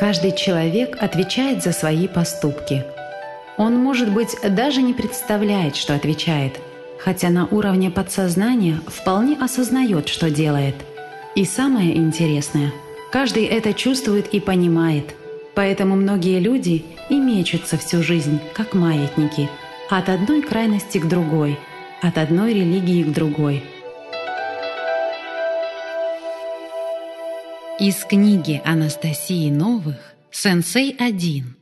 Каждый человек отвечает за свои поступки. Он, может быть, даже не представляет, что отвечает, хотя на уровне подсознания вполне осознает, что делает. И самое интересное, каждый это чувствует и понимает. Поэтому многие люди и мечутся всю жизнь, как маятники, от одной крайности к другой, от одной религии к другой. Из книги Анастасии Новых «Сенсей 1».